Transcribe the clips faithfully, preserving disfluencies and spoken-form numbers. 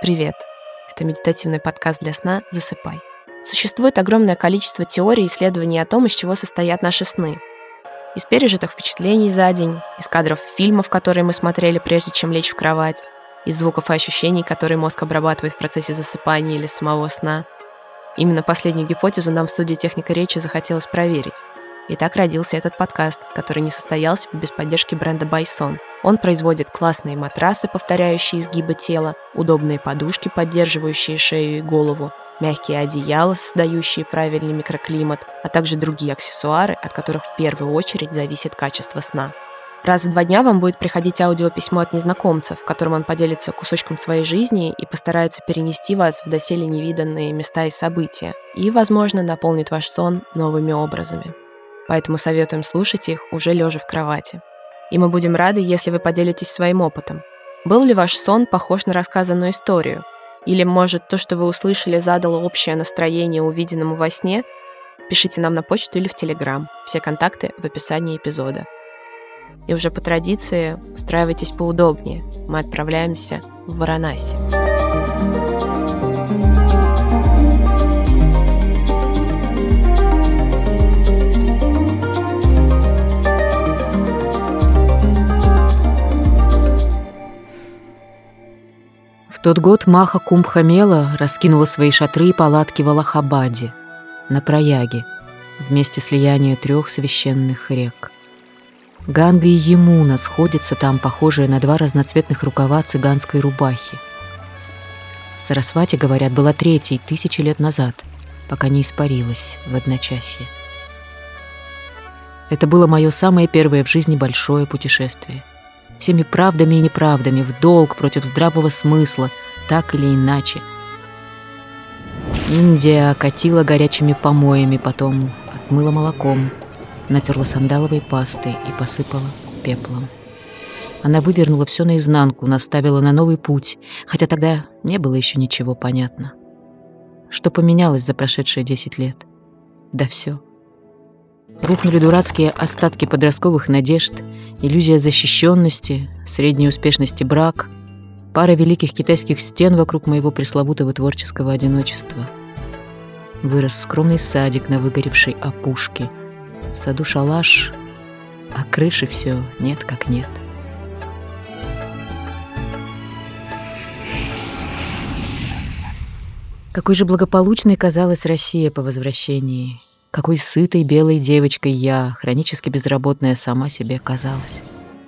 Привет! Это медитативный подкаст для сна «Засыпай». Существует огромное количество теорий и исследований о том, из чего состоят наши сны. Из пережитых впечатлений за день, из кадров фильмов, которые мы смотрели, прежде чем лечь в кровать, из звуков и ощущений, которые мозг обрабатывает в процессе засыпания или самого сна. Именно последнюю гипотезу нам в студии «Техника речи» захотелось проверить. И так родился этот подкаст, который не состоялся бы без поддержки бренда Байсон. Он производит классные матрасы, повторяющие изгибы тела, удобные подушки, поддерживающие шею и голову, мягкие одеяла, создающие правильный микроклимат, а также другие аксессуары, от которых в первую очередь зависит качество сна. Раз в два дня вам будет приходить аудиописьмо от незнакомца, в котором он поделится кусочком своей жизни и постарается перенести вас в доселе невиданные места и события, и, возможно, наполнит ваш сон новыми образами. Поэтому советуем слушать их уже лежа в кровати. И мы будем рады, если вы поделитесь своим опытом. Был ли ваш сон похож на рассказанную историю? Или, может, то, что вы услышали, задало общее настроение увиденному во сне? Пишите нам на почту или в Телеграм. Все контакты в описании эпизода. И уже по традиции устраивайтесь поудобнее. Мы отправляемся в Варанаси. В тот год Маха Кумбха-Мела раскинула свои шатры и палатки в Аллахабаде, на Праяге, в месте слияния трех священных рек. Ганга и Ямуна сходятся там, похожие на два разноцветных рукава цыганской рубахи. Сарасвати, говорят, была третьей тысячи лет назад, пока не испарилась в одночасье. Это было мое самое первое в жизни большое путешествие. Всеми правдами и неправдами, в долг против здравого смысла, так или иначе. Индия окатила горячими помоями, потом отмыла молоком, натерла сандаловой пастой и посыпала пеплом. Она вывернула все наизнанку, наставила на новый путь, хотя тогда не было еще ничего понятно. Что поменялось за прошедшие десять лет? Да все. Рухнули дурацкие остатки подростковых надежд, иллюзия защищенности, средней успешности брак, пара великих китайских стен вокруг моего пресловутого творческого одиночества. Вырос скромный садик на выгоревшей опушке, в саду шалаш, а крыши все нет как нет. Какой же благополучной казалась Россия по возвращении. Какой сытой белой девочкой я, хронически безработная, сама себе казалась.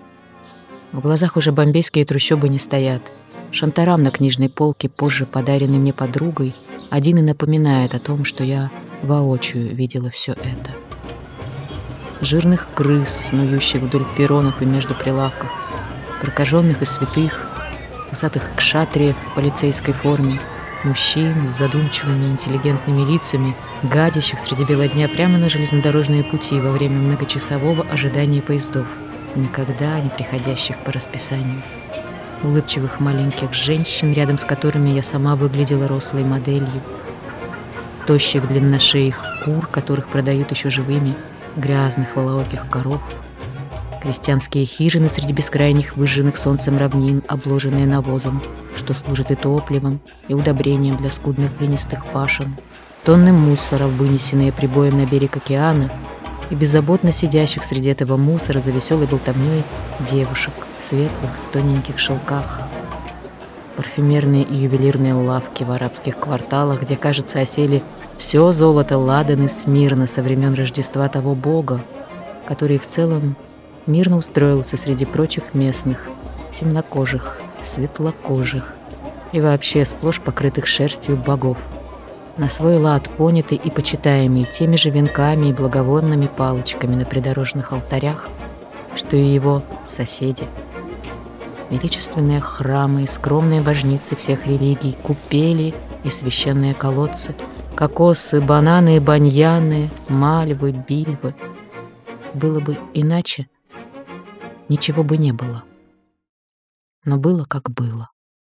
В глазах уже бомбейские трущобы не стоят. Шантарам на книжной полке, позже подаренный мне подругой, один и напоминает о том, что я воочию видела все это. Жирных крыс, снующих вдоль перронов и между прилавков, прокаженных и святых, усатых кшатриев в полицейской форме, мужчин с задумчивыми интеллигентными лицами, гадящих среди бела дня прямо на железнодорожные пути во время многочасового ожидания поездов, никогда не приходящих по расписанию. Улыбчивых маленьких женщин, рядом с которыми я сама выглядела рослой моделью. Тощих длинношеих кур, которых продают еще живыми, грязных волооких коров. Крестьянские хижины среди бескрайних выжженных солнцем равнин, обложенные навозом, что служит и топливом, и удобрением для скудных глинистых пашин. Тонны мусора, вынесенные прибоем на берег океана, и беззаботно сидящих среди этого мусора за веселой болтовней девушек в светлых, тоненьких шелках. Парфюмерные и ювелирные лавки в арабских кварталах, где, кажется, осели все золото Ладаны Смирна со времен Рождества того бога, который в целом мирно устроился среди прочих местных, темнокожих, светлокожих и вообще сплошь покрытых шерстью богов, на свой лад понятый и почитаемый теми же венками и благовонными палочками на придорожных алтарях, что и его соседи. Величественные храмы и скромные божницы всех религий, купели и священные колодцы, кокосы, бананы и баньяны, мальвы, бильвы. Было бы иначе, ничего бы не было. Но было, как было.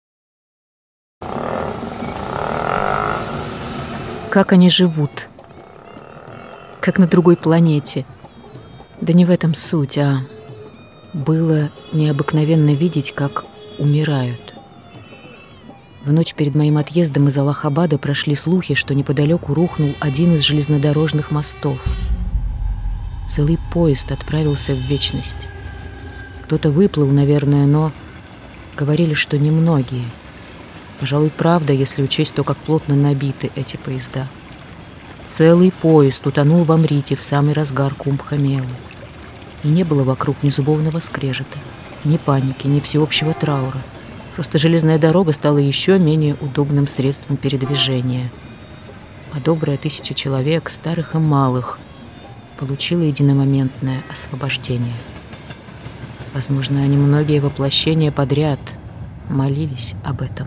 Как они живут? Как на другой планете? Да не в этом суть, а было необыкновенно видеть, как умирают. В ночь перед моим отъездом из Аллахабада прошли слухи, что неподалеку рухнул один из железнодорожных мостов. Целый поезд отправился в вечность. Кто-то выплыл, наверное, но говорили, что немногие. Пожалуй, правда, если учесть то, как плотно набиты эти поезда. Целый поезд утонул в Амрите в самый разгар Кумбха-Мелы. И не было вокруг ни зубовного скрежета, ни паники, ни всеобщего траура. Просто железная дорога стала еще менее удобным средством передвижения. А добрая тысяча человек, старых и малых, получила единомоментное освобождение. Возможно, они многие воплощения подряд молились об этом.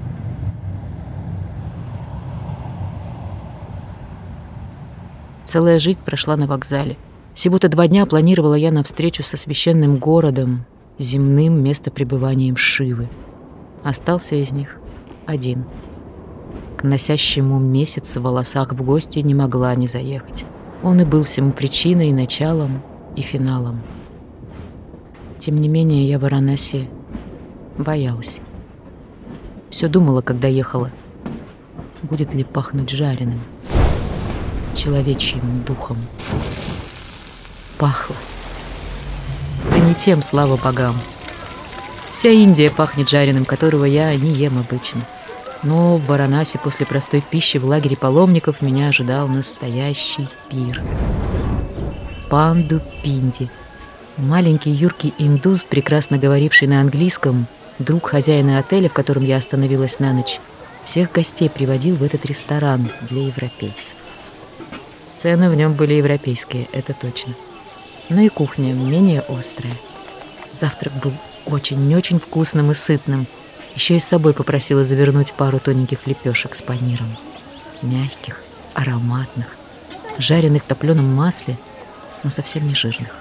Целая жизнь прошла на вокзале. Всего-то два дня планировала я на встречу со священным городом, земным местопребыванием Шивы. Остался из них один. К носящему месяц в волосах в гости не могла не заехать. Он и был всему причиной, началом и финалом. Тем не менее, я в Варанаси боялась. Все думала, когда ехала, будет ли пахнуть жареным, человечьим духом. Пахло. Да не тем, слава богам. Вся Индия пахнет жареным, которого я не ем обычно. Но в Варанаси после простой пищи в лагере паломников меня ожидал настоящий пир. Панду Пинди. Маленький юркий индус, прекрасно говоривший на английском, друг хозяина отеля, в котором я остановилась на ночь, всех гостей приводил в этот ресторан для европейцев. Цены в нем были европейские, это точно. Но и кухня менее острая. Завтрак был очень-очень вкусным и сытным. Еще и с собой попросила завернуть пару тоненьких лепешек с паниром. Мягких, ароматных, жареных в топленом масле, но совсем не жирных.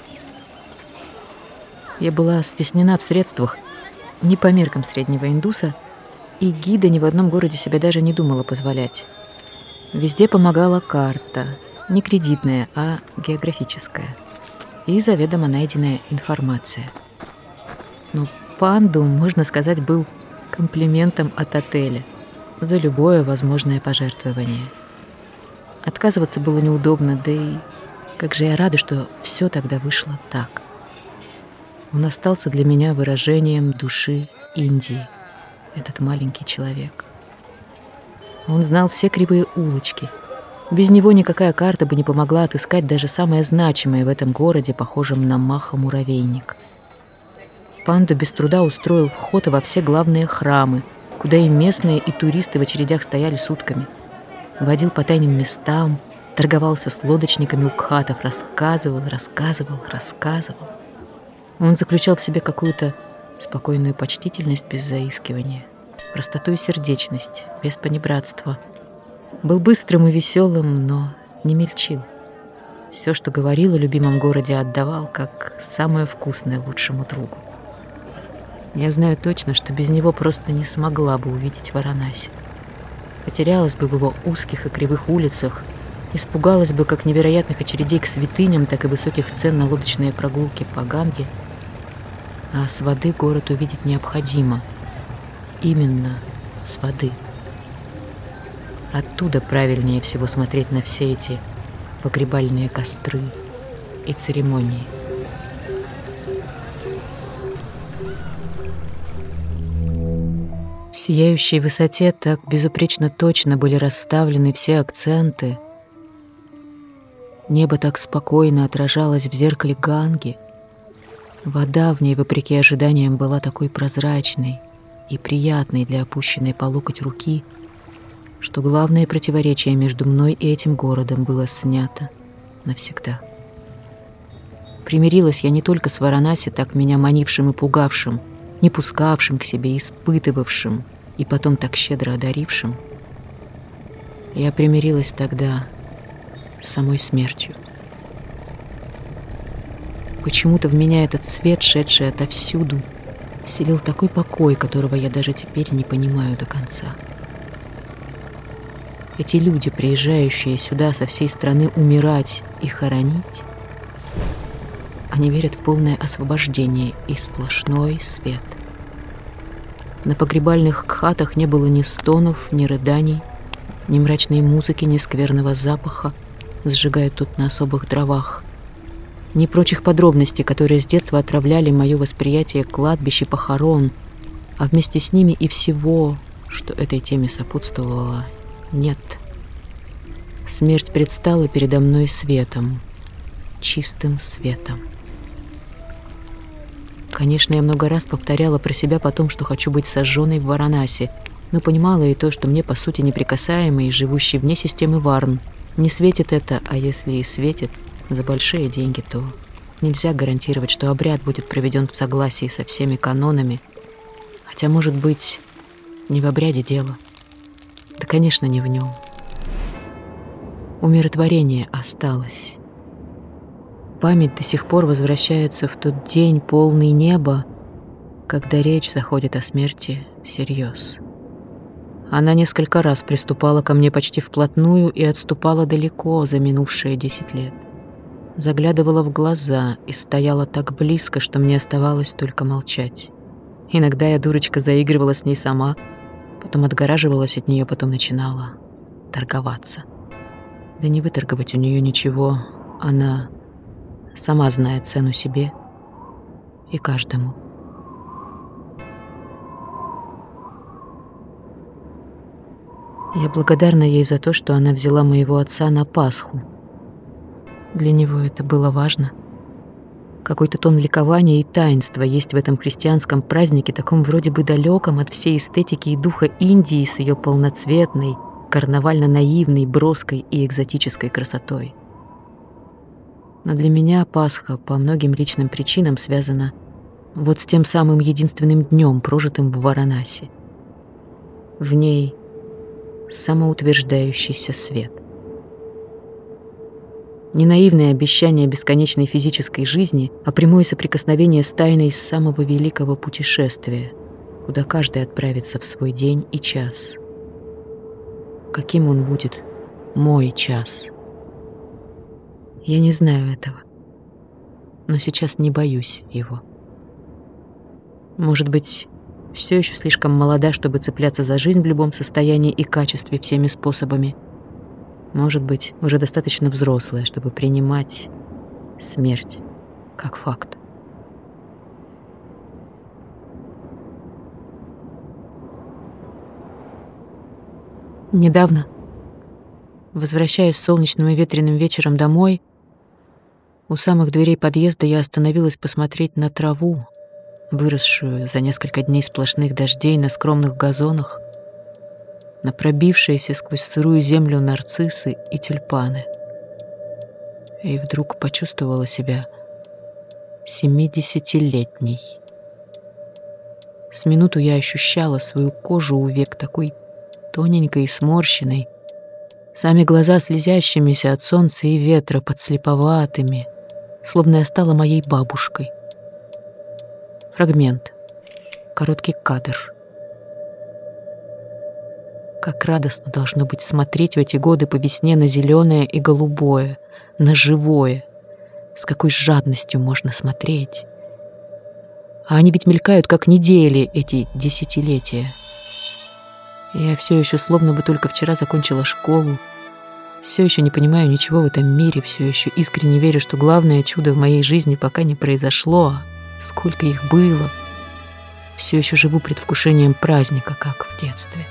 Я была стеснена в средствах, не по меркам среднего индуса, и гида ни в одном городе себе даже не думала позволять. Везде помогала карта, не кредитная, а географическая, и заведомо найденная информация. Но панду, можно сказать, был комплиментом от отеля за любое возможное пожертвование. Отказываться было неудобно, да и как же я рада, что все тогда вышло так. Он остался для меня выражением души Индии, этот маленький человек. Он знал все кривые улочки. Без него никакая карта бы не помогла отыскать даже самое значимое в этом городе, похожем на маха-муравейник. Панду без труда устроил вход во все главные храмы, куда и местные, и туристы в очередях стояли сутками. Водил по тайным местам, торговался с лодочниками у кхатов, рассказывал, рассказывал, рассказывал. Он заключал в себе какую-то спокойную почтительность без заискивания, простоту и сердечность, без понебратства. Был быстрым и веселым, но не мельчил. Все, что говорил о любимом городе, отдавал как самое вкусное лучшему другу. Я знаю точно, что без него просто не смогла бы увидеть Варанаси. Потерялась бы в его узких и кривых улицах, испугалась бы как невероятных очередей к святыням, так и высоких цен на лодочные прогулки по Ганге. А с воды город увидеть необходимо. Именно с воды. Оттуда правильнее всего смотреть на все эти погребальные костры и церемонии. В сияющей высоте так безупречно точно были расставлены все акценты. Небо так спокойно отражалось в зеркале Ганги. Вода в ней, вопреки ожиданиям, была такой прозрачной и приятной для опущенной по локоть руки, что главное противоречие между мной и этим городом было снято навсегда. Примирилась я не только с Варанаси, так меня манившим и пугавшим, не пускавшим к себе, испытывавшим и потом так щедро одарившим. Я примирилась тогда с самой смертью. Почему-то в меня этот свет, шедший отовсюду, вселил такой покой, которого я даже теперь не понимаю до конца. Эти люди, приезжающие сюда со всей страны умирать и хоронить, они верят в полное освобождение и сплошной свет. На погребальных кхатах не было ни стонов, ни рыданий, ни мрачной музыки, ни скверного запаха, сжигают тут на особых дровах, ни прочих подробностей, которые с детства отравляли мое восприятие кладбищ и похорон, а вместе с ними и всего, что этой теме сопутствовало, нет. Смерть предстала передо мной светом, чистым светом. Конечно, я много раз повторяла про себя потом, что хочу быть сожженной в Варанаси, но понимала и то, что мне, по сути, неприкасаемый и живущий вне системы Варн. Не светит это, а если и светит за большие деньги, то нельзя гарантировать, что обряд будет проведен в согласии со всеми канонами. Хотя, может быть, не в обряде дело. Да, конечно, не в нем. Умиротворение осталось. Память до сих пор возвращается в тот день, полный неба, когда речь заходит о смерти всерьез. Она несколько раз приступала ко мне почти вплотную и отступала далеко за минувшие десять лет. Заглядывала в глаза и стояла так близко, что мне оставалось только молчать. Иногда я, дурочка, заигрывала с ней сама, потом отгораживалась от нее, потом начинала торговаться. Да не выторговать у нее ничего, она сама знает цену себе и каждому. Я благодарна ей за то, что она взяла моего отца на Пасху. Для него это было важно. Какой-то тон ликования и таинства есть в этом христианском празднике, таком вроде бы далеком от всей эстетики и духа Индии с ее полноцветной, карнавально-наивной, броской и экзотической красотой. Но для меня Пасха по многим личным причинам связана вот с тем самым единственным днем, прожитым в Варанаси. В ней самоутверждающийся свет. Не наивное обещание бесконечной физической жизни, а прямое соприкосновение с тайной самого великого путешествия, куда каждый отправится в свой день и час. Каким он будет, мой час? Я не знаю этого, но сейчас не боюсь его. Может быть, все еще слишком молода, чтобы цепляться за жизнь в любом состоянии и качестве всеми способами. Может быть, уже достаточно взрослая, чтобы принимать смерть как факт. Недавно, возвращаясь солнечным и ветреным вечером домой, у самых дверей подъезда я остановилась посмотреть на траву, выросшую за несколько дней сплошных дождей на скромных газонах, на пробившиеся сквозь сырую землю нарциссы и тюльпаны. И вдруг почувствовала себя семидесятилетней. С минуту я ощущала свою кожу у век такой тоненькой и сморщенной, сами глаза слезящимися от солнца и ветра, подслеповатыми, словно я стала моей бабушкой. Фрагмент. Короткий кадр. Как радостно должно быть смотреть в эти годы по весне на зеленое и голубое, на живое. С какой жадностью можно смотреть. А они ведь мелькают, как недели, эти десятилетия. Я все еще словно бы только вчера закончила школу. Все еще не понимаю ничего в этом мире, все еще искренне верю, что главное чудо в моей жизни пока не произошло, а сколько их было. Все еще живу предвкушением праздника, как в детстве.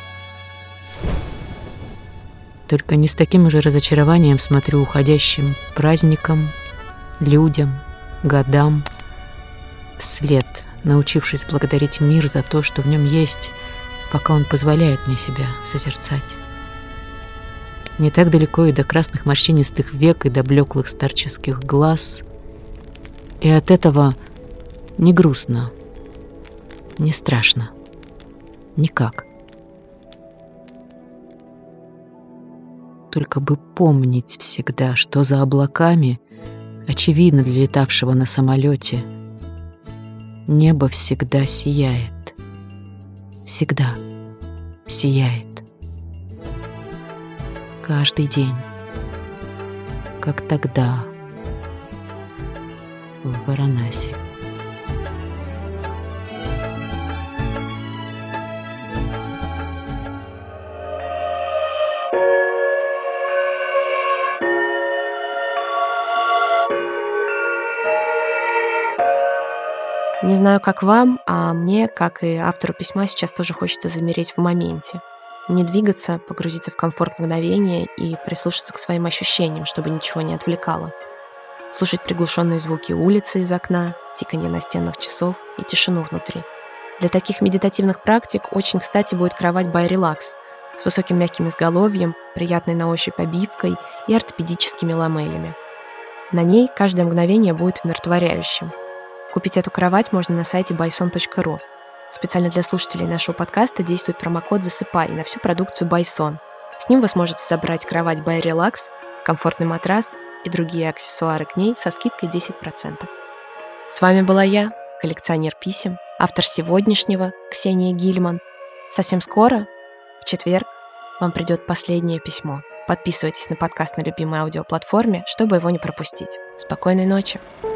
Только не с таким уже разочарованием смотрю уходящим праздникам, людям, годам вслед, научившись благодарить мир за то, что в нем есть, пока он позволяет мне себя созерцать. Не так далеко и до красных морщинистых век, и до блеклых старческих глаз. И от этого не грустно, не страшно, никак. Только бы помнить всегда, что за облаками, очевидно для летавшего на самолете, небо всегда сияет. Всегда сияет. Каждый день, как тогда в Варанаси. Не знаю, как вам, а мне, как и автору письма, сейчас тоже хочется замереть в моменте. Не двигаться, погрузиться в комфорт мгновения и прислушаться к своим ощущениям, чтобы ничего не отвлекало. Слушать приглушенные звуки улицы из окна, тиканье настенных часов и тишину внутри. Для таких медитативных практик очень кстати будет кровать by Relax с высоким мягким изголовьем, приятной на ощупь обивкой и ортопедическими ламелями. На ней каждое мгновение будет умиротворяющим. Купить эту кровать можно на сайте байсон точка ру. Специально для слушателей нашего подкаста действует промокод «Засыпай» на всю продукцию Байсон. С ним вы сможете забрать кровать by Relax, комфортный матрас и другие аксессуары к ней со скидкой десять процентов. С вами была я, коллекционер писем, автор сегодняшнего, Ксения Гильман. Совсем скоро, в четверг, вам придет последнее письмо. Подписывайтесь на подкаст на любимой аудиоплатформе, чтобы его не пропустить. Спокойной ночи!